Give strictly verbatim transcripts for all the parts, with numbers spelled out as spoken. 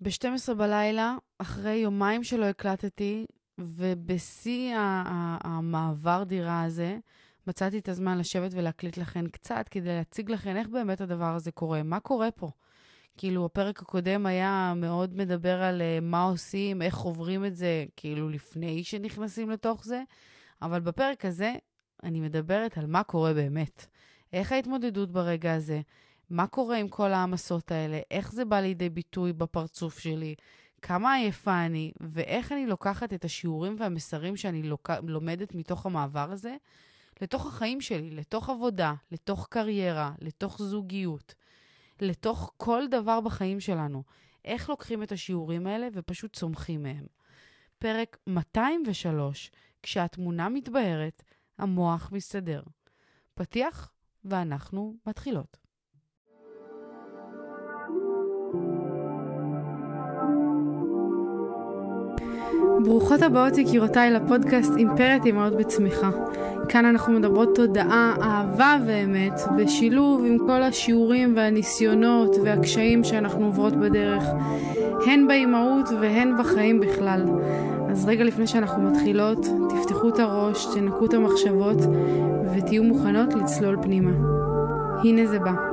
ב-שתים עשרה בלילה, אחרי יומיים שלא הקלטתי, ובשיא המעבר דירה הזה, מצאתי את הזמן לשבת ולהקליט לכן קצת, כדי להציג לכן איך באמת הדבר הזה קורה. מה קורה פה? כאילו, הפרק הקודם היה מאוד מדבר על uh, מה עושים, איך עוברים את זה, כאילו, לפני שנכנסים לתוך זה, אבל בפרק הזה אני מדברת על מה קורה באמת. איך ההתמודדות ברגע הזה? מה קורה עם כל העמסות האלה? איך זה בא לידי ביטוי בפרצוף שלי? כמה עייפה אני? ואיך אני לוקחת את השיעורים והמסרים שאני לוק... לומדת מתוך המעבר הזה, לתוך החיים שלי, לתוך עבודה, לתוך קריירה, לתוך זוגיות, לתוך כל דבר בחיים שלנו. איך לוקחים את השיעורים האלה ופשוט צומחים מהם. פרק מאתיים ושלוש, כשהתמונה מתבהרת, המוח מסתדר. פתיח ואנחנו מתחילות. ברוכות הבאות יקירותיי לפודקאסט אימפרית אימהות בצמיחה. כאן אנחנו מדברות תודעה, אהבה ואמת, בשילוב עם כל השיעורים והניסיונות והקשיים שאנחנו עוברות בדרך, הן באימהות והן בחיים בכלל. אז רגע לפני שאנחנו מתחילות, תפתחו את הראש, תנקו את המחשבות ותהיו מוכנות לצלול פנימה. הנה זה בא.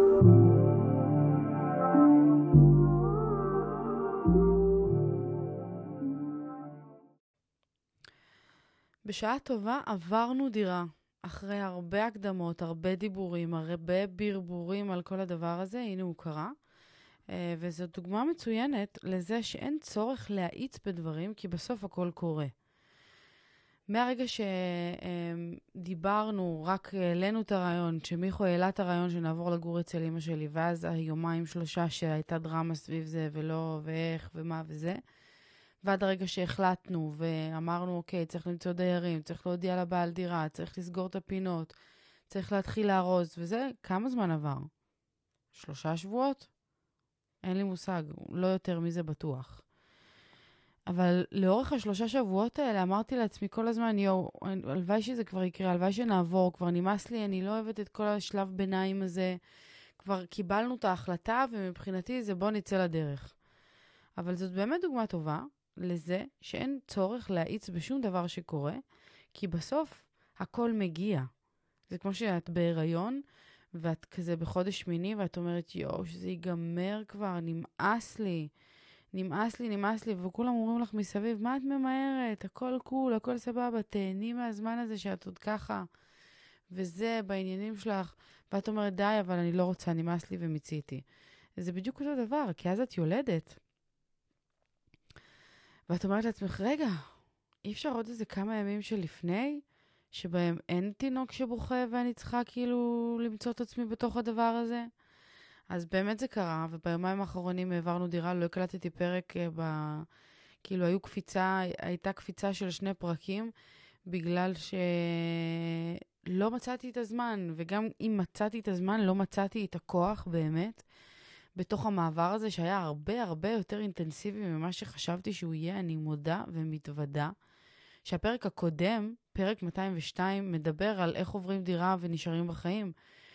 בשעה טובה עברנו דירה, אחרי הרבה הקדמות, הרבה דיבורים, הרבה ברבורים על כל הדבר הזה, הנה הוא קרה. וזו דוגמה מצוינת לזה שאין צורך להאיץ בדברים, כי בסוף הכל קורה. מהרגע שדיברנו, רק העלינו את הרעיון, שמיכו העלה את הרעיון שנעבור לגור אצל אמא שלי, ואז היומיים שלושה שהייתה דרמה סביב זה, ולא, ואיך, ומה וזה, ועד הרגע שהחלטנו ואמרנו, אוקיי, צריך למצוא דיירים, צריך להודיע לבעל דירה, צריך לסגור את הפינות, צריך להתחיל לארוז, וזה, כמה זמן עבר? שלושה שבועות? אין לי מושג, לא יותר מזה בטוח. אבל לאורך השלושה שבועות האלה אמרתי לעצמי כל הזמן, יו, הלוואי שזה כבר יקרה, הלוואי שנעבור, כבר נמאס לי, אני לא אוהבת את כל השלב ביניים הזה, כבר קיבלנו את ההחלטה, ומבחינתי זה בוא נצא לדרך. אבל זאת באמת דוגמה טובה, לזה שאין צורך להאיץ בשום דבר שקורה, כי בסוף הכל מגיע. זה כמו שאת בהיריון, ואת כזה בחודש שמיני, ואת אומרת, יואו, שזה ייגמר כבר, נמאס לי, נמאס לי, נמאס לי, וכולם אומרים לך מסביב, מה את ממהרת? הכל קול, הכל סבבה, תהני מהזמן הזה שאת עוד ככה, וזה בעניינים שלך, ואת אומרת, די, אבל אני לא רוצה, נמאס לי ומציתי. זה בדיוק אותו דבר, כי אז את יולדת. ואת אומרת לעצמך, רגע, אי אפשר עוד איזה כמה ימים שלפני, שבהם אין תינוק שבוכה ואני צריכה כאילו למצוא את עצמי בתוך הדבר הזה? אז באמת זה קרה, וביומיים האחרונים העברנו דירה, לא הקלטתי פרק, ב... כאילו היו קפיצה, הייתה קפיצה של שני פרקים, בגלל שלא מצאתי את הזמן, וגם אם מצאתי את הזמן, לא מצאתי את הכוח באמת, בתוך המעבר הזה שהיה הרבה הרבה יותר אינטנסיבי ממה שחשבתי שהוא יהיה, אני מודה ומתוודה, שהפרק הקודם, פרק מאתיים ושתיים, מדבר על איך עוברים דירה ונשארים בחיים.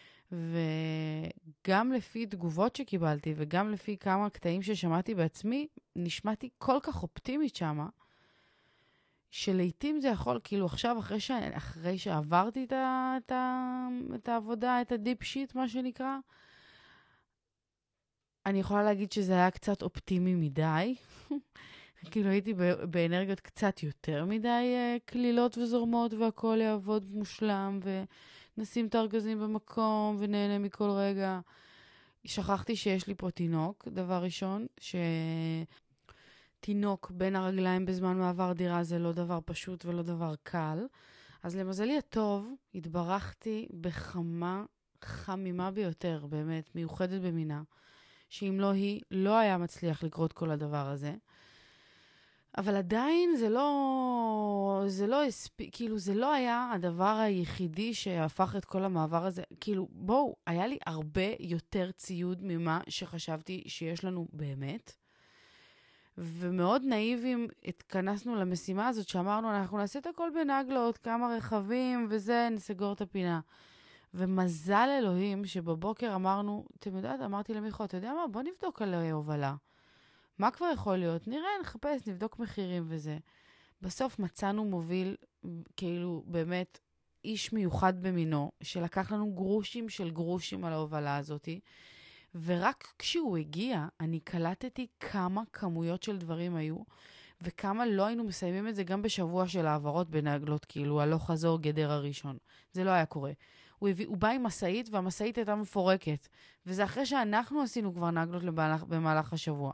וגם לפי תגובות שקיבלתי, וגם לפי כמה קטעים ששמעתי בעצמי, נשמעתי כל כך אופטימית שמה, שלעיתים זה יכול, כאילו עכשיו, אחרי, ש... אחרי שעברתי את, ה... את, ה... את העבודה, את הדיפ שיט, מה שנקרא, אני יכולה להגיד שזה היה קצת אופטימי מדי. כאילו הייתי באנרגיות קצת יותר מדי כלילות וזורמות, והכל יעבוד מושלם, ונשים את הארגזים במקום, ונהנה מכל רגע. שכחתי שיש לי פה תינוק, דבר ראשון, שתינוק בין הרגליים בזמן מעבר דירה זה לא דבר פשוט ולא דבר קל. אז למזלי הטוב, התברכתי בחמה חמימה ביותר, באמת, מיוחדת במינה. שאם לא היא, לא היה מצליח לקרות כל הדבר הזה. אבל עדיין זה לא, זה לא הספיק, כאילו זה לא היה הדבר היחידי שהפך את כל המעבר הזה. כאילו, בואו, היה לי הרבה יותר ציוד ממה שחשבתי שיש לנו באמת. ומאוד נאיבים התכנסנו למשימה הזאת שאמרנו, אנחנו נעשה את הכל בנגלות, כמה רכבים וזה, נסגור את הפינה. ומזל אלוהים שבבוקר אמרנו, אתם יודעת, אמרתי למיכו, אתה יודע מה, בוא נבדוק על הובלה. מה כבר יכול להיות? נראה, נחפש, נבדוק מחירים וזה. בסוף מצאנו מוביל, כאילו באמת איש מיוחד במינו, שלקח לנו גרושים של גרושים על ההובלה הזאת, ורק כשהוא הגיע, אני קלטתי כמה כמויות של דברים היו, וכמה לא היינו מסיימים את זה גם בשבוע של העברות בנגלות, כאילו הלוך חזור גדר הראשון. זה לא היה קורה. הוא, הביא, הוא בא עם מסעית, והמסעית הייתה מפורקת. וזה אחרי שאנחנו עשינו כבר נגלות במהלך, במהלך השבוע.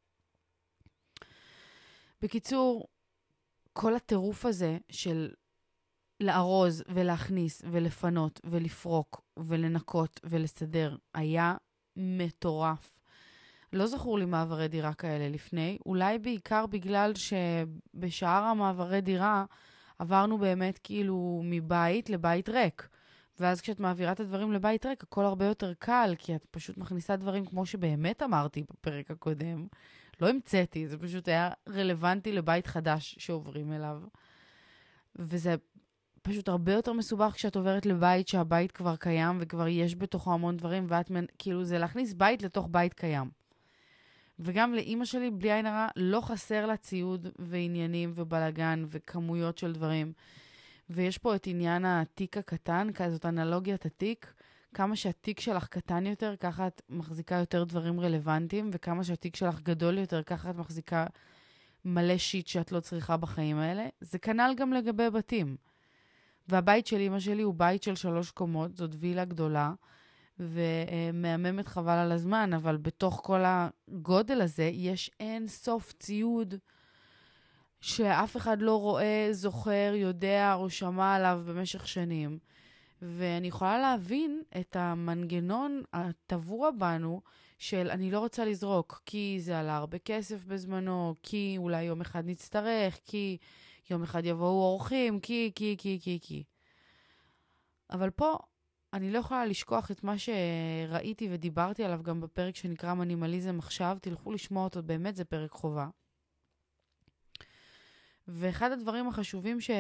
בקיצור, כל הטירוף הזה של לארוז ולהכניס ולפנות ולפרוק ולנקות ולסדר היה מטורף. לא זכור לי מעברי דירה כאלה לפני, אולי בעיקר בגלל שבשאר המעברי דירה עברנו באמת כאילו מבית לבית ריק. ואז כשאת מעבירה את הדברים לבית ריק, הכל הרבה יותר קל, כי את פשוט מכניסה דברים כמו שבאמת אמרתי בפרק הקודם. לא המצאתי, זה פשוט היה רלוונטי לבית חדש שעוברים אליו. וזה פשוט הרבה יותר מסובך כשאת עוברת לבית שהבית כבר קיים וכבר יש בתוכו המון דברים, ואת כאילו זה להכניס בית לתוך בית קיים. וגם לאמא שלי, בלי עין הרע, לא חסר לה ציוד ועניינים ובלגן וכמויות של דברים. ויש פה את עניין התיק הקטן, כזאת אנלוגיית התיק. כמה שהתיק שלך קטן יותר, ככה את מחזיקה יותר דברים רלוונטיים, וכמה שהתיק שלך גדול יותר, ככה את מחזיקה מלא שיט שאת לא צריכה בחיים האלה. זה כנ"ל גם לגבי בתים. והבית של אמא שלי הוא בית של שלוש קומות, זאת וילה גדולה, ומהממת חבל על הזמן, אבל בתוך כל הגודל הזה יש אין סוף ציוד שאף אחד לא רואה, זוכר, יודע או שמע עליו במשך שנים. ואני יכולה להבין את המנגנון הטבוע בנו של אני לא רוצה לזרוק, כי זה עלה הרבה כסף בזמנו, כי אולי יום אחד נצטרך, כי יום אחד יבואו אורחים, כי, כי, כי, כי, כי. אבל פה אני לא יכולה לשכוח את מה שראיתי ודיברתי עליו גם בפרק שנקרא מנימליזם עכשיו. תלכו לשמוע אותו, באמת זה פרק חובה. ואחד הדברים החשובים ש...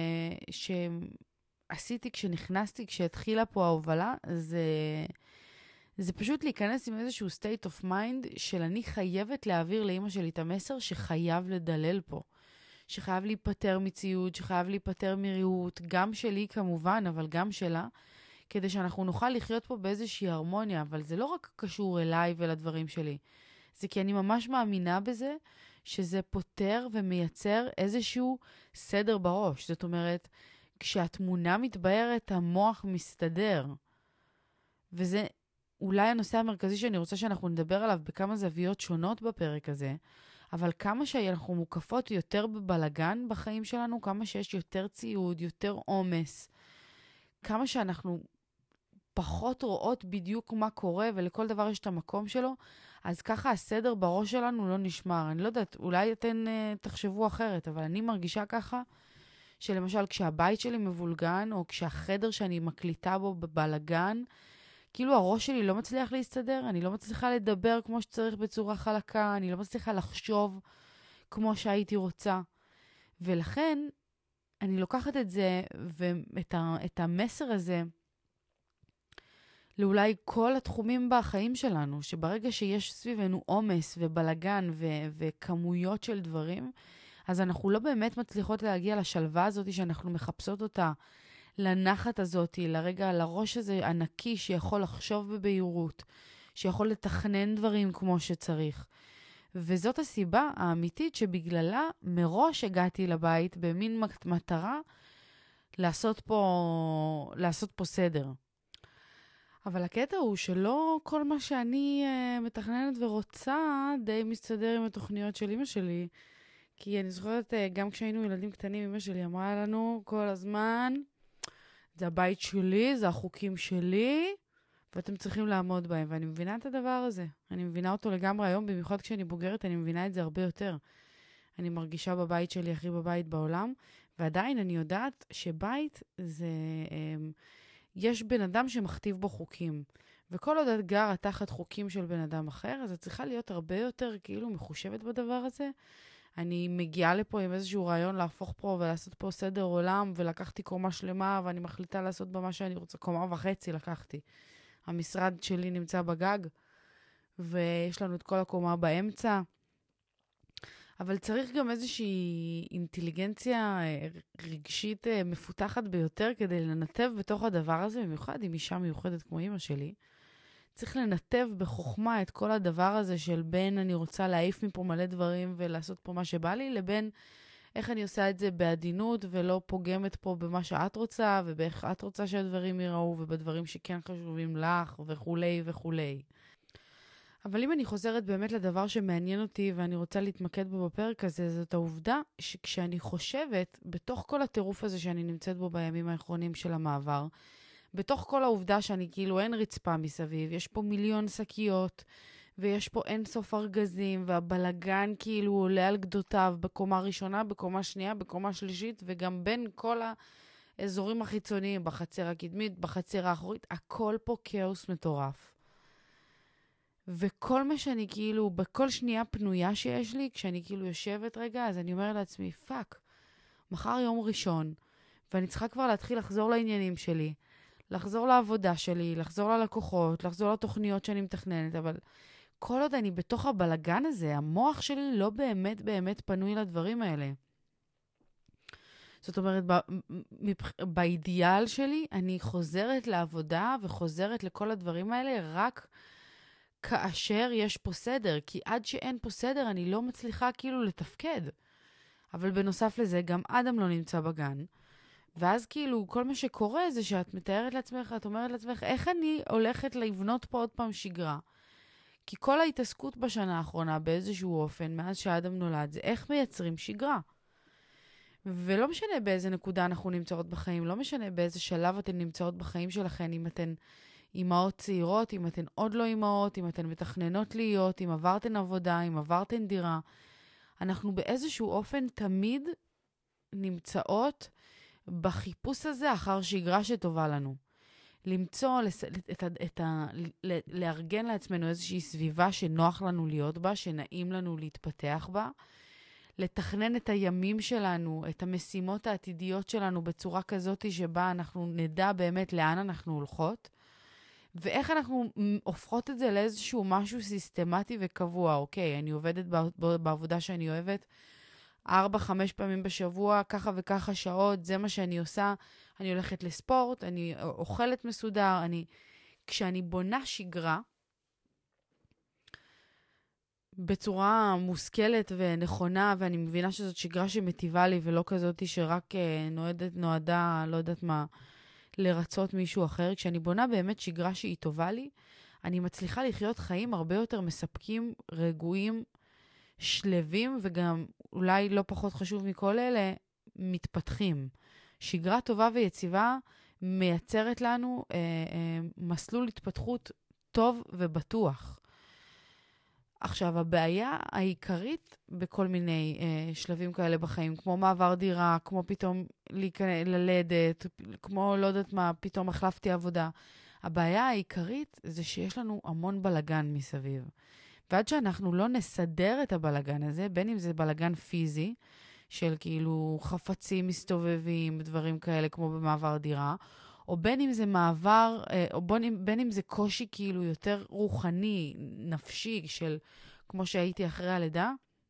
שעשיתי כשנכנסתי, כשהתחילה פה ההובלה, זה... זה פשוט להיכנס עם איזשהו state of mind של אני חייבת להעביר לאמא שלי את המסר שחייב לדלל פה. שחייב להיפטר מציוד, שחייב להיפטר מריהוט, גם שלי כמובן, אבל גם שלה, כדי שאנחנו נוכל לחיות פה באיזושהי הרמוניה, אבל זה לא רק קשור אליי ולדברים שלי. זה כי אני ממש מאמינה בזה, שזה פותר ומייצר איזשהו סדר בראש. זאת אומרת, כשהתמונה מתבהרת, המוח מסתדר. וזה אולי הנושא המרכזי שאני רוצה שאנחנו נדבר עליו בכמה זוויות שונות בפרק הזה, אבל כמה שאנחנו מוקפות יותר בבלגן בחיים שלנו, כמה שיש יותר ציוד, יותר עומס, כמה שאנחנו פחות רואות בדיוק מה קורה, ולכל דבר יש את המקום שלו, אז ככה הסדר בראש שלנו לא נשמר. אני לא יודעת, אולי אתן uh, תחשבו אחרת, אבל אני מרגישה ככה, שלמשל כשהבית שלי מבולגן, או כשהחדר שאני מקליטה בו בבלגן, כאילו הראש שלי לא מצליח להסתדר, אני לא מצליחה לדבר כמו שצריך בצורה חלקה, אני לא מצליחה לחשוב כמו שהייתי רוצה. ולכן אני לוקחת את זה, ואת ה, את המסר הזה, לאולי כל התחומים בחיים שלנו, שברגע שיש סביבנו עומס ובלגן ו- וכמויות של דברים, אז אנחנו לא באמת מצליחות להגיע לשלווה הזאת שאנחנו מחפשות אותה, לנחת הזאת, לרגע, לראש הזה ענקי שיכול לחשוב בבהירות, שיכול לתכנן דברים כמו שצריך. וזאת הסיבה האמיתית שבגללה מראש הגעתי לבית במין מטרה לעשות פה, לעשות פה סדר. אבל הקטע הוא שלא כל מה שאני uh, מתכננת ורוצה די מסתדר עם התוכניות של אמא שלי. כי אני זוכרת, uh, גם כשהיינו ילדים קטנים, אמא שלי אמרה לנו כל הזמן, זה הבית שלי, זה החוקים שלי, ואתם צריכים לעמוד בהם. ואני מבינה את הדבר הזה. אני מבינה אותו לגמרי היום, במיוחד כשאני בוגרת, אני מבינה את זה הרבה יותר. אני מרגישה בבית שלי הכי בבית בעולם, ועדיין אני יודעת שבית זה... Um, יש בן אדם שמכתיב בו חוקים. וכל עוד את גרה תחת חוקים של בן אדם אחר, אז את צריכה להיות הרבה יותר כאילו מחושבת בדבר הזה. אני מגיעה לפה עם איזשהו רעיון להפוך פה ולעשות פה סדר עולם, ולקחתי קומה שלמה, ואני מחליטה לעשות בה מה שאני רוצה. קומה וחצי לקחתי. המשרד שלי נמצא בגג, ויש לנו את כל הקומה באמצע, אבל צריך גם איזושהי אינטליגנציה רגשית מפותחת ביותר כדי לנתב בתוך הדבר הזה, במיוחד עם אישה מיוחדת כמו אמא שלי. צריך לנתב בחוכמה את כל הדבר הזה של בין אני רוצה להעיף מפה מלא דברים ולעשות פה מה שבא לי, לבין איך אני עושה את זה בעדינות ולא פוגמת פה במה שאת רוצה, ובאיך את רוצה שהדברים ייראו, ובדברים שכן חשובים לך וכולי וכולי. אבל אם אני חוזרת באמת לדבר שמעניין אותי ואני רוצה להתמקד בו בפרק הזה, זאת העובדה שכשאני חושבת, בתוך כל הטירוף הזה שאני נמצאת בו בימים האחרונים של המעבר, בתוך כל העובדה שאני כאילו אין רצפה מסביב, יש פה מיליון שקיות, ויש פה אין סוף ארגזים, והבלגן כאילו עולה על גדותיו בקומה ראשונה, בקומה שנייה, בקומה שלישית, וגם בין כל האזורים החיצוניים, בחצר הקדמית, בחצר האחורית, הכל פה כאוס מטורף. וכל מה שאני כאילו, בכל שנייה פנויה שיש לי, כשאני כאילו יושבת רגע, אז אני אומרת לעצמי, פאק, מחר יום ראשון, ואני צריכה כבר להתחיל לחזור לעניינים שלי, לחזור לעבודה שלי, לחזור ללקוחות, לחזור לתוכניות שאני מתכננת, אבל כל עוד אני בתוך הבלגן הזה, המוח שלי לא באמת באמת פנוי לדברים האלה. זאת אומרת, באידיאל שלי, אני חוזרת לעבודה וחוזרת לכל הדברים האלה רק כאשר יש פה סדר, כי עד שאין פה סדר אני לא מצליחה כאילו לתפקד. אבל בנוסף לזה, גם אדם לא נמצא בגן, ואז כאילו כל מה שקורה זה שאת מתארת לעצמך, את אומרת לעצמך, איך אני הולכת לבנות פה עוד פעם שגרה? כי כל ההתעסקות בשנה האחרונה באיזשהו אופן, מאז שאדם נולד, זה איך מייצרים שגרה. ולא משנה באיזה נקודה אנחנו נמצאות בחיים, לא משנה באיזה שלב אתן נמצאות בחיים שלכן, אם אתן אימהות צעירות, אם אתן עוד לא אימהות, אם אתן מתכננות להיות, אם עברתן עבודה, אם עברתן דירה. אנחנו באיזשהו אופן תמיד נמצאות בחיפוש הזה אחר שגרה שטובה לנו. למצוא, לס... את ה... את ה... לארגן לעצמנו איזושהי סביבה שנוח לנו להיות בה, שנעים לנו להתפתח בה, לתכנן את הימים שלנו, את המשימות העתידיות שלנו בצורה כזאת שבה אנחנו נדע באמת לאן אנחנו הולכות, ואיך אנחנו הופכות את זה לאיזשהו משהו סיסטמטי וקבוע. אוקיי, אני עובדת בעבודה שאני אוהבת, ארבע, חמש פעמים בשבוע, ככה וככה שעות, זה מה שאני עושה. אני הולכת לספורט, אני אוכלת מסודר, אני... כשאני בונה שגרה, בצורה מושכלת ונכונה, ואני מבינה שזאת שגרה שמטיבה לי, ולא כזאת שרק נועדת, נועדה, לא יודעת מה, לרצות מישהו אחר. כשאני בונה באמת שגרה שהיא טובה לי, אני מצליחה לחיות חיים הרבה יותר מספקים, רגועים, שלבים, וגם אולי לא פחות חשוב מכל אלה, מתפתחים. שגרה טובה ויציבה מייצרת לנו אה, אה, מסלול התפתחות טוב ובטוח. עכשיו, הבעיה העיקרית בכל מיני אה, שלבים כאלה בחיים, כמו מעבר דירה, כמו פתאום להיכנס, ללדת, כמו לא יודעת מה, פתאום החלפתי עבודה. הבעיה העיקרית זה שיש לנו המון בלגן מסביב. ועד שאנחנו לא נסדר את הבלגן הזה, בין אם זה בלגן פיזי, של כאילו חפצים מסתובבים, דברים כאלה כמו במעבר דירה, או בין אם זה מעבר, או בין, בין אם זה קושי כאילו יותר רוחני, נפשי, של כמו שהייתי אחרי הלידה,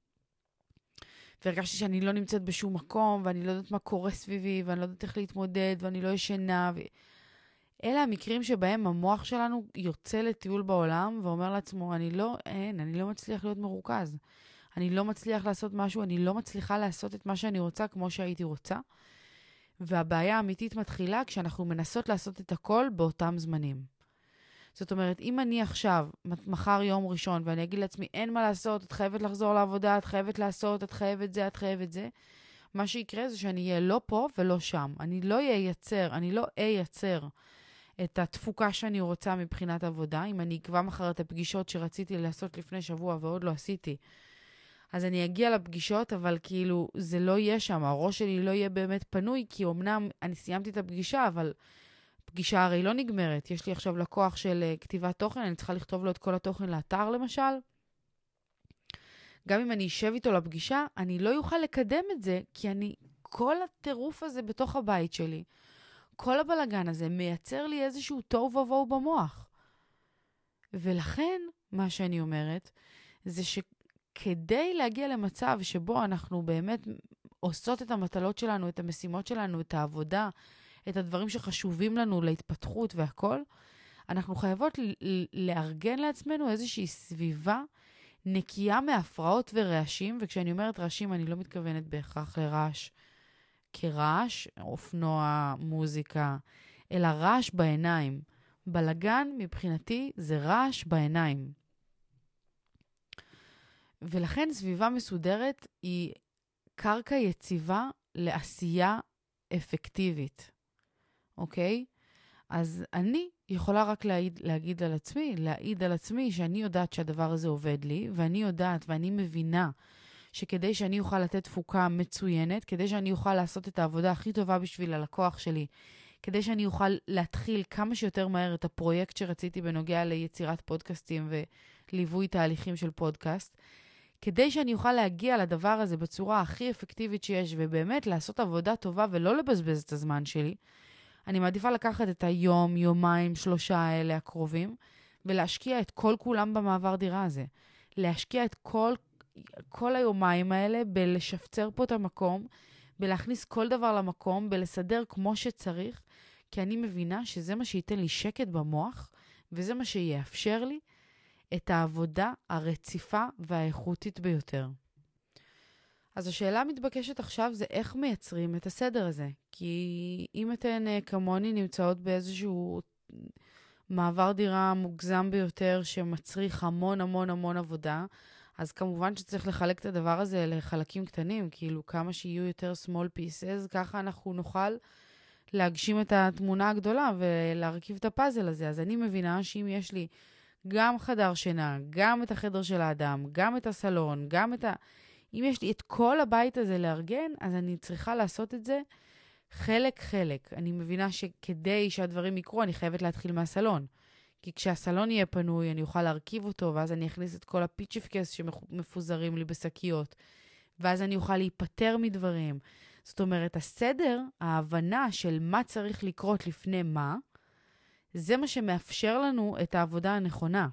והרגשתי שאני לא נמצאת בשום מקום, ואני לא יודעת מה קורה סביבי, ואני לא יודעת איך להתמודד, ואני לא ישנה. ו... אלה המקרים שבהם המוח שלנו יוצא לטיול בעולם, ואומר לעצמו, אני לא, אין, אני לא מצליח להיות מרוכז. אני לא מצליח לעשות משהו, אני לא מצליחה לעשות את מה שאני רוצה כמו שהייתי רוצה. והבעיה האמיתית מתחילה כשאנחנו מנסות לעשות את הכל באותם זמנים. זאת אומרת, אם אני עכשיו, מחר יום ראשון, ואני אגיד לעצמי, אין מה לעשות, את חייבת לחזור לעבודה, את חייבת לעשות, את חייבת זה, את חייבת זה, מה שיקרה זה שאני אהיה לא פה ולא שם. אני לא אייצר, אני לא אייצר את התפוקה שאני רוצה מבחינת עבודה. אם אני אקבע מחר את הפגישות שרציתי לעשות לפני שבוע ועוד לא עשיתי, אז אני אגיע לפגישות, אבל כאילו זה לא יהיה שם, הראש שלי לא יהיה באמת פנוי, כי אמנם אני סיימתי את הפגישה, אבל פגישה הרי לא נגמרת. יש לי עכשיו לקוח של uh, כתיבת תוכן, אני צריכה לכתוב לו את כל התוכן לאתר למשל. גם אם אני אשב איתו לפגישה, אני לא יוכל לקדם את זה, כי אני, כל הטירוף הזה בתוך הבית שלי, כל הבלגן הזה מייצר לי איזשהו תוהו ובוהו במוח. ולכן, מה שאני אומרת, זה ש... כדי להגיע למצב שבו אנחנו באמת עושות את המטלות שלנו, את המשימות שלנו, את העבודה, את הדברים שחשובים לנו להתפתחות והכל, אנחנו חייבות לארגן לעצמנו איזושהי סביבה נקייה מהפרעות ורעשים, וכשאני אומרת רעשים אני לא מתכוונת בהכרח לרעש כרעש, אופנוע, מוזיקה, אלא רעש בעיניים. בלגן מבחינתי זה רעש בעיניים. ולכן סביבה מסודרת היא קרקע יציבה לעשייה אפקטיבית. אוקיי? אז אני יכולה רק להעיד, להגיד על עצמי, להעיד על עצמי שאני יודעת שהדבר הזה עובד לי, ואני יודעת ואני מבינה שכדי שאני אוכל לתת תפוקה מצוינת, כדי שאני אוכל לעשות את העבודה הכי טובה בשביל הלקוח שלי, כדי שאני אוכל להתחיל כמה שיותר מהר את הפרויקט שרציתי בנוגע ליצירת פודקאסטים וליווי תהליכים של פודקאסט, כדי שאני אוכל להגיע לדבר הזה בצורה הכי אפקטיבית שיש, ובאמת לעשות עבודה טובה ולא לבזבז את הזמן שלי, אני מעדיפה לקחת את היום, יומיים, שלושה האלה הקרובים, ולהשקיע את כל כולם במעבר דירה הזה. להשקיע את כל, כל היומיים האלה בלשפצר פה את המקום, בלהכניס כל דבר למקום, בלסדר כמו שצריך, כי אני מבינה שזה מה שייתן לי שקט במוח, וזה מה שיאפשר לי את העבודה הרציפה והאיכותית ביותר. אז השאלה המתבקשת עכשיו זה איך מייצרים את הסדר הזה. כי אם אתן כמוני נמצאות באיזשהו מעבר דירה מוגזם ביותר שמצריך המון המון המון עבודה, אז כמובן שצריך לחלק את הדבר הזה לחלקים קטנים, כאילו כמה שיהיו יותר small pieces, ככה אנחנו נוכל להגשים את התמונה הגדולה ולהרכיב את הפאזל הזה. אז אני מבינה שאם יש לי גם חדר שינה, גם את החדר של האדם, גם את הסלון, גם את ה... אם יש לי את כל הבית הזה לארגן, אז אני צריכה לעשות את זה חלק-חלק. אני מבינה שכדי שהדברים יקרו, אני חייבת להתחיל מהסלון. כי כשהסלון יהיה פנוי, אני אוכל להרכיב אותו, ואז אני אכניס את כל הפיצ'פקס שמפוזרים לי בשקיות, ואז אני אוכל להיפטר מדברים. זאת אומרת, הסדר, ההבנה של מה צריך לקרות לפני מה, זה מה שמאפשר לנו את העבודה הנכונה.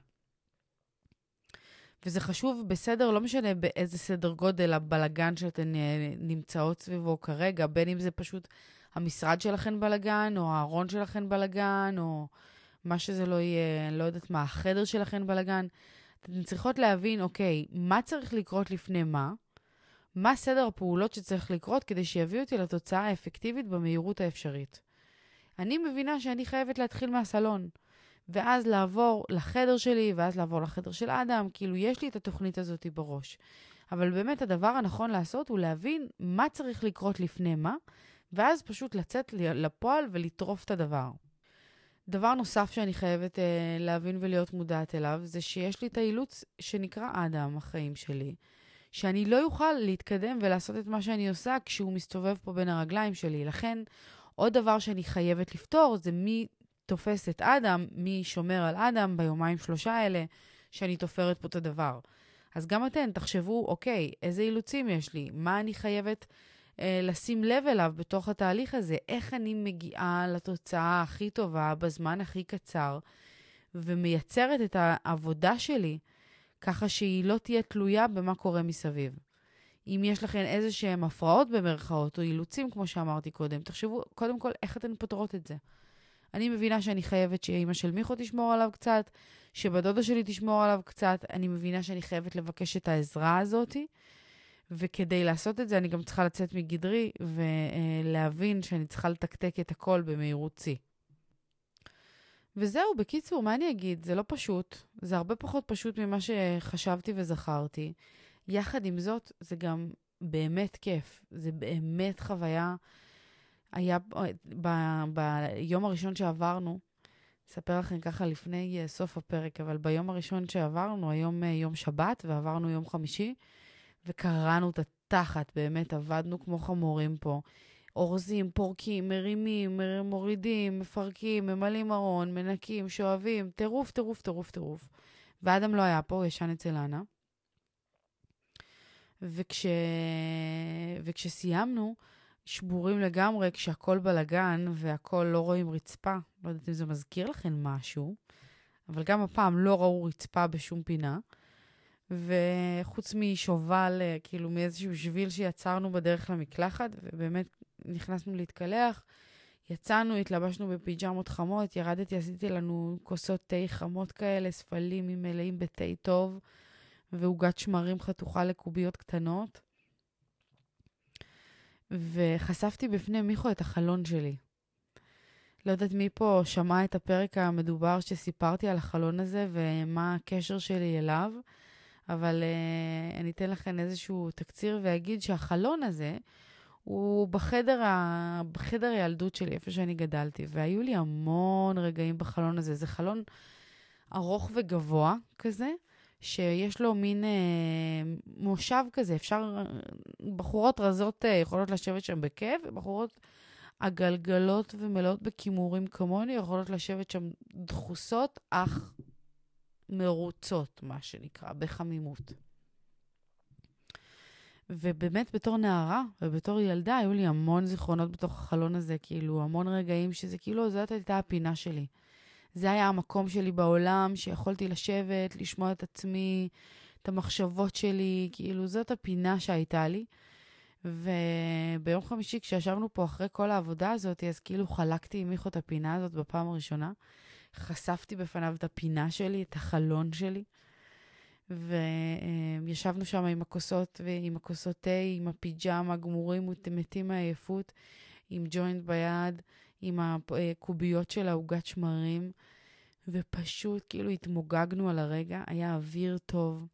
וזה חשוב בסדר, לא משנה באיזה סדר גודל הבלגן שאתן נמצאות סביבו כרגע, בין אם זה פשוט המשרד שלכן בלגן, או הארון שלכן בלגן, או מה שזה לא יהיה, לא יודעת מה, החדר שלכן בלגן. אתן צריכות להבין, אוקיי, מה צריך לקרות לפני מה? מה סדר הפעולות שצריך לקרות כדי שיביא אותי לתוצאה האפקטיבית במהירות האפשרית? אני מבינה שאני חייבת להתחיל מהסלון. ואז לעבור לחדר שלי, ואז לעבור לחדר של אדם, כאילו יש לי את התוכנית הזאת בראש. אבל באמת הדבר הנכון לעשות הוא להבין מה צריך לקרות לפני מה, ואז פשוט לצאת לפועל ולטרוף את הדבר. דבר נוסף שאני חייבת אה, להבין ולהיות מודעת אליו, זה שיש לי את האילוץ שנקרא אדם, החיים שלי, שאני לא יוכל להתקדם ולעשות את מה שאני עושה כשהוא מסתובב פה בין הרגליים שלי. לכן עוד דבר שאני חייבת לפתור זה מי תופס את אדם, מי שומר על אדם ביומיים שלושה האלה שאני תופרת פה את הדבר. אז גם אתן תחשבו, אוקיי, איזה אילוצים יש לי? מה אני חייבת אה, לשים לב אליו בתוך התהליך הזה? איך אני מגיעה לתוצאה הכי טובה בזמן הכי קצר, ומייצרת את העבודה שלי ככה שהיא לא תהיה תלויה במה קורה מסביב. אם יש לכן איזה שהן הפרעות במרכאות או אילוצים, כמו שאמרתי קודם, תחשבו קודם כל איך אתן פותרות את זה. אני מבינה שאני חייבת שאמא של מיכו תשמור עליו קצת, שבדודה שלי תשמור עליו קצת. אני מבינה שאני חייבת לבקש את העזרה הזאת, וכדי לעשות את זה אני גם צריכה לצאת מגדרי ולהבין שאני צריכה לתקתק את הכל במהירות צי. וזהו, בקיצור, מה אני אגיד? זה לא פשוט. זה הרבה פחות פשוט ממה שחשבתי וזכרתי. יחד עם זאת, זה גם באמת כיף. זה באמת חוויה. היה ב- ביום הראשון שעברנו, אספר לכם ככה לפני סוף הפרק, אבל ביום הראשון שעברנו, היום יום שבת ועברנו יום חמישי, וקראנו את התחת, באמת עבדנו כמו חמורים פה. אורזים, פורקים, מרימים, מורידים, מפרקים, ממלאים ארון, מנקים, שואבים, טירוף, טירוף, טירוף, טירוף. ואדם לא היה פה, הוא ישן אצל אנה. וכש... וכשסיימנו, שבורים לגמרי, כשהכל בלגן והכל לא רואים רצפה. לא יודעת אם זה מזכיר לכם משהו, אבל גם הפעם לא ראו רצפה בשום פינה. וחוץ משובל, כאילו מאיזשהו שביל שיצרנו בדרך למקלחת, ובאמת נכנסנו להתקלח, יצאנו, התלבשנו בפיג'מות חמות, ירדתי, עשיתי לנו כוסות תה חמות כאלה, ספלים מלאים בתה טוב, ועוגת שמרים חתוכה לקוביות קטנות. וחשפתי בפני מיכו את החלון שלי. לא יודעת מי פה שמע את הפרק המדובר שסיפרתי על החלון הזה, ומה הקשר שלי אליו, אבל uh, אני אתן לכם איזשהו תקציר ואגיד שהחלון הזה, הוא בחדר, ה... בחדר הילדות שלי, איפה שאני גדלתי, והיו לי המון רגעים בחלון הזה. זה חלון ארוך וגבוה כזה, שיש לו מין אה, מושב כזה. אפשר, בחורות רזות אה, יכולות לשבת שם בכיף, ובחורות הגלגלות ומלאות בכימורים כמוני יכולות לשבת שם דחוסות, אך מרוצות, מה שנקרא, בחמימות. ובאמת בתור נערה ובתור ילדה היו לי המון זיכרונות בתוך החלון הזה, כאילו המון רגעים שזה כאילו זאת הייתה הפינה שלי. זה היה המקום שלי בעולם שיכולתי לשבת, לשמוע את עצמי, את המחשבות שלי, כאילו זאת הפינה שהייתה לי. וביום חמישי כשישבנו פה אחרי כל העבודה הזאת, אז כאילו חלקתי עם מיכו את הפינה הזאת בפעם הראשונה. חשפתי בפניו את הפינה שלי, את החלון שלי. וישבנו שם עם הכוסות ועם הכוסות תה, עם הפיג'מה, גמורים מתים מהעייפות, עם ג'וינט ביד, עם הקוביות של העוגת שמרים, ופשוט כאילו התמוגגנו על הרגע, היה אוויר טוב,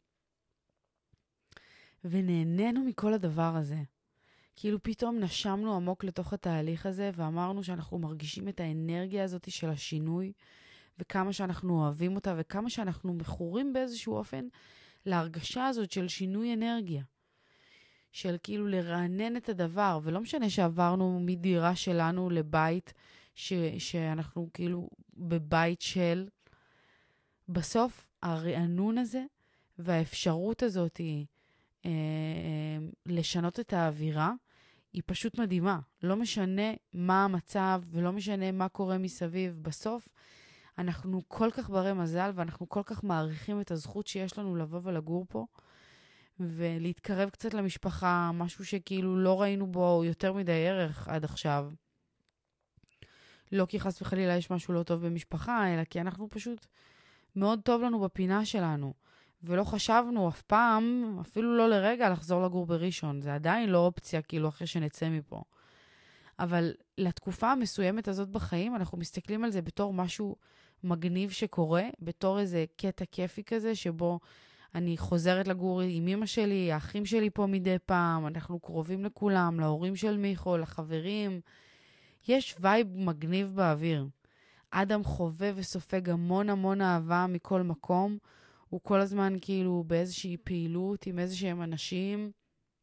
ונהנינו מכל הדבר הזה. כאילו פתאום נשמנו עמוק לתוך התהליך הזה, ואמרנו שאנחנו מרגישים את האנרגיה הזאת של השינוי, וכמה שאנחנו אוהבים אותה, וכמה שאנחנו מכורים באיזשהו אופן להרגשה הזאת של שינוי אנרגיה. של כאילו לרענן את הדבר, ולא משנה שעברנו מדירה שלנו לבית, ש, שאנחנו כאילו בבית של, בסוף הרענון הזה, והאפשרות הזאת היא, אה, אה, לשנות את האווירה, היא פשוט מדהימה. לא משנה מה המצב, ולא משנה מה קורה מסביב. בסוף, אנחנו כל כך ברי מזל, ואנחנו כל כך מעריכים את הזכות שיש לנו לבוא ולגור פה, ולהתקרב קצת למשפחה, משהו שכאילו לא ראינו בו יותר מדי ערך עד עכשיו. לא כי חס וחלילה יש משהו לא טוב במשפחה, אלא כי אנחנו פשוט מאוד טוב לנו בפינה שלנו. ולא חשבנו אף פעם, אפילו לא לרגע, לחזור לגור בראשון. זה עדיין לא אופציה, כאילו, אחרי שנצא מפה. אבל לתקופה המסוימת הזאת בחיים, אנחנו מסתכלים על זה בתור משהו מגניב שקורה, בתור איזה קטע כיפי כזה, שבו אני חוזרת לגור עם אמא שלי, האחים שלי פה מדי פעם, אנחנו קרובים לכולם, להורים של מיכו, לחברים. יש וייב מגניב באוויר. אדם חווה וסופג המון המון אהבה מכל מקום, הוא כל הזמן כאילו באיזושהי פעילות עם איזשהם אנשים.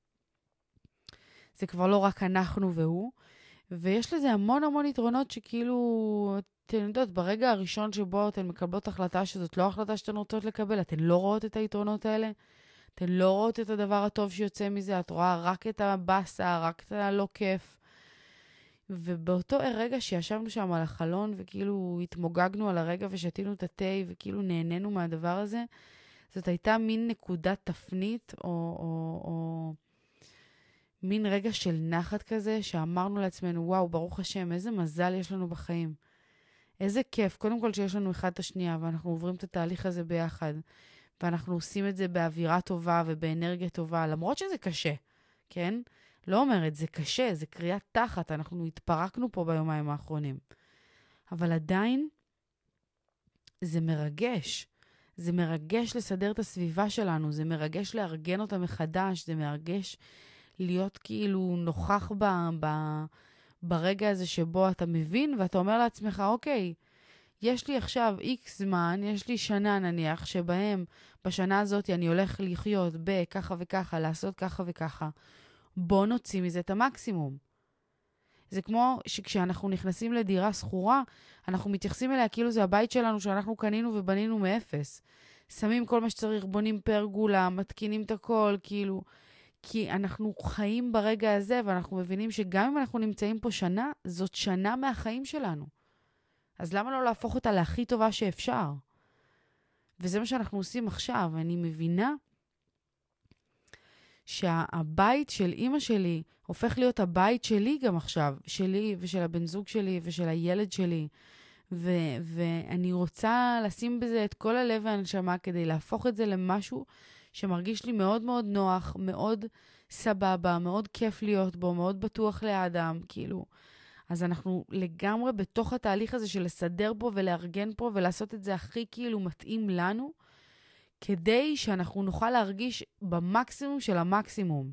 זה כבר לא רק אנחנו והוא. ויש לזה המון המון יתרונות שכאילו, אתן יודעות, ברגע הראשון שבו אתן מקבלות החלטה שזאת לא החלטה שאתן רוצות לקבל, אתן לא רואות את היתרונות האלה, אתן לא רואות את הדבר הטוב שיוצא מזה, את רואה רק את הבאסה, רק את הלא כיף. ובאותו רגע שישבנו שם על החלון, וכאילו התמוגגנו על הרגע ושתינו את התה, וכאילו נהנינו מהדבר הזה, זאת הייתה מין נקודת תפנית, או, או, או מין רגע של נחת כזה, שאמרנו לעצמנו, וואו, ברוך השם, איזה מזל יש לנו בחיים. איזה כיף, קודם כל שיש לנו אחד את השנייה, ואנחנו עוברים את התהליך הזה ביחד, ואנחנו עושים את זה באווירה טובה ובאנרגיה טובה, למרות שזה קשה, כן? לא אומרת, זה קשה, זה קריאת תחת, אנחנו התפרקנו פה ביומיים האחרונים. אבל עדיין זה מרגש. זה מרגש לסדר את הסביבה שלנו, זה מרגש לארגן אותה מחדש, זה מרגש להיות כאילו נוכח ב, ב, ברגע הזה שבו אתה מבין, ואתה אומר לעצמך, אוקיי, יש לי עכשיו איקס זמן, יש לי שנה נניח, שבהם בשנה הזאת אני הולך לחיות בככה וככה, לעשות ככה וככה. בוא נוציא מזה את המקסימום. זה כמו שכשאנחנו נכנסים לדירה סחורה, אנחנו מתייחסים אליה כאילו זה הבית שלנו שאנחנו קנינו ובנינו מאפס. שמים כל מה שצריך, בונים פרגולה, מתקינים את הכל, כאילו, כי אנחנו חיים ברגע הזה, ואנחנו מבינים שגם אם אנחנו נמצאים פה שנה, זאת שנה מהחיים שלנו. אז למה לא להפוך אותה להכי טובה שאפשר? וזה מה שאנחנו עושים עכשיו. אני מבינה שהבית של אימא שלי הופך להיות הבית שלי גם עכשיו, שלי ושל הבן זוג שלי ושל הילד שלי. ו- ואני רוצה לשים בזה את כל הלב והנשמה כדי להפוך את זה למשהו שמרגיש לי מאוד מאוד נוח, מאוד סבבה, מאוד כיף להיות בו, מאוד בטוח לאדם, כאילו. אז אנחנו לגמרי בתוך התהליך הזה של לסדר פה ולארגן פה ולעשות את זה הכי כאילו מתאים לנו, כדי שאנחנו נוכל להרגיש במקסימום של המקסימום.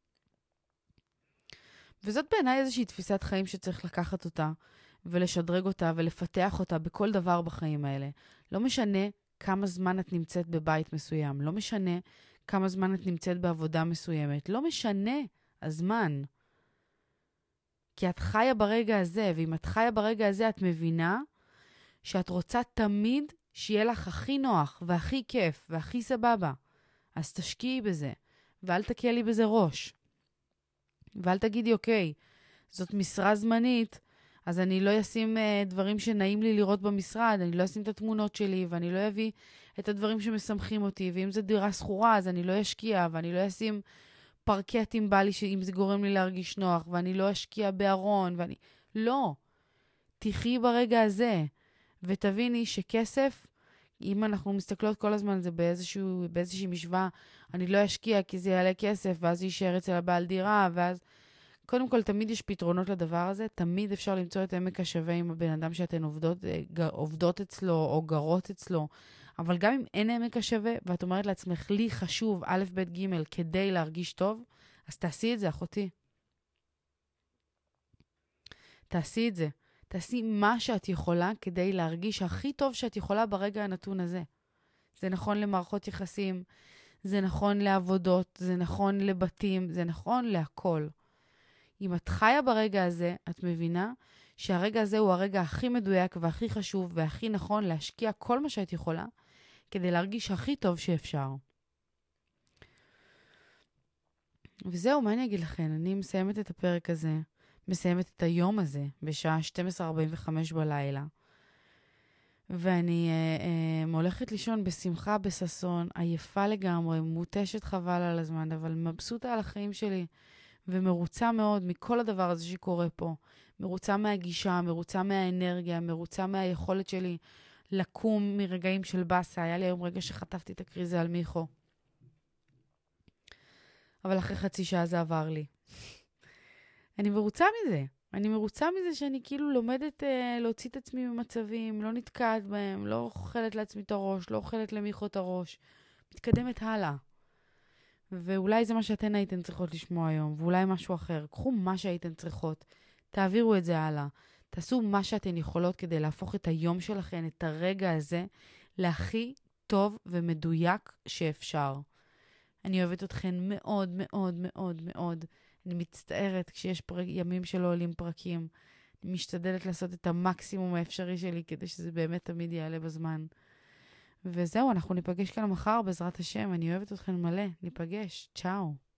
וזאת בעיניי איזושהי תפיסת חיים שצריך לקחת אותה, ולשדרג אותה ולפתח אותה בכל דבר בחיים האלה. לא משנה כמה זמן את נמצאת בבית מסוים, לא משנה כמה זמן את נמצאת בעבודה מסוימת, לא משנה הזמן. כי את חיה ברגע הזה, ואם את חיה ברגע הזה את מבינה שאת רוצה תמיד שיהיה לך הכי נוח והכי כיף והכי סבבה. אז תשקיעי בזה, ואל תקלי בזה ראש. ואל תגידי, אוקיי, זאת משרה זמנית, אז אני לא אשים uh, דברים שנעים לי לראות במשרד, אני לא אשים את התמונות שלי, ואני לא אביא את הדברים שמשמחים אותי, ואם זו דירה סחורה, אז אני לא אשקיע, ואני לא אשים פרקט אם בא לי, אם זה גורם לי להרגיש נוח, ואני לא אשקיע בארון, ואני... לא. תחי ברגע הזה, ותביני שכסף, אם אנחנו מסתכלות כל הזמן, זה באיזשהו, באיזושהי משוואה, אני לא אשקיע כי זה יעלה כסף, ואז זה יישאר אצל הבעל דירה, ואז... קודם כל, תמיד יש פתרונות לדבר הזה, תמיד אפשר למצוא את עמק השווה עם הבן אדם שאתן עובדות, עובדות אצלו או גרות אצלו, אבל גם אם אין עמק השווה, ואת אומרת לעצמך, לי חשוב א', ב', ג' כדי להרגיש טוב, אז תעשי את זה, אחותי. תעשי את זה. תעשי מה שאת יכולה כדי להרגיש הכי טוב שאת יכולה ברגע הנתון הזה. זה נכון למערכות יחסים, זה נכון לעבודות, זה נכון לבתים, זה נכון להכל. אם את חיה ברגע הזה, את מבינה שהרגע הזה הוא הרגע הכי מדויק והכי חשוב והכי נכון להשקיע כל מה שאת יכולה כדי להרגיש הכי טוב שאפשר. וזהו, מה אני אגיד לכם? אני מסיימת את הפרק הזה, מסיימת את היום הזה בשעה שתים עשרה ארבעים וחמש בלילה. ואני אה, אה, הולכת לישון בשמחה, בססון, עייפה לגמרי, מוטשת חבל על הזמן, אבל מבסוטה על החיים שלי. ומרוצה מאוד מכל הדבר הזה שקורה פה. מרוצה מהגישה, מרוצה מהאנרגיה, מרוצה מהיכולת שלי לקום מרגעים של בסה. היה לי היום רגע שחטפתי את הקריזה על מיכו. אבל אחרי חצי שעה זה עבר לי. אני מרוצה מזה. אני מרוצה מזה שאני כאילו לומדת אה, להוציא את עצמי ממצבים, לא נתקעת בהם, לא אוכלת לעצמי את הראש, לא אוכלת למיכו את הראש. מתקדמת הלאה. ואולי זה מה שאתן הייתן צריכות לשמוע היום, ואולי משהו אחר. קחו מה שהייתן צריכות, תעבירו את זה הלאה. תעשו מה שאתן יכולות כדי להפוך את היום שלכן, את הרגע הזה, להכי טוב ומדויק שאפשר. אני אוהבת אתכן מאוד מאוד מאוד מאוד. אני מצטערת כשיש פרק, ימים שלא עולים פרקים. אני משתדלת לעשות את המקסימום האפשרי שלי, כדי שזה באמת תמיד יעלה בזמן. וזהו, אנחנו ניפגש כאן מחר בעזרת השם. אני אוהבת אתכן מלא. ניפגש. צ'או.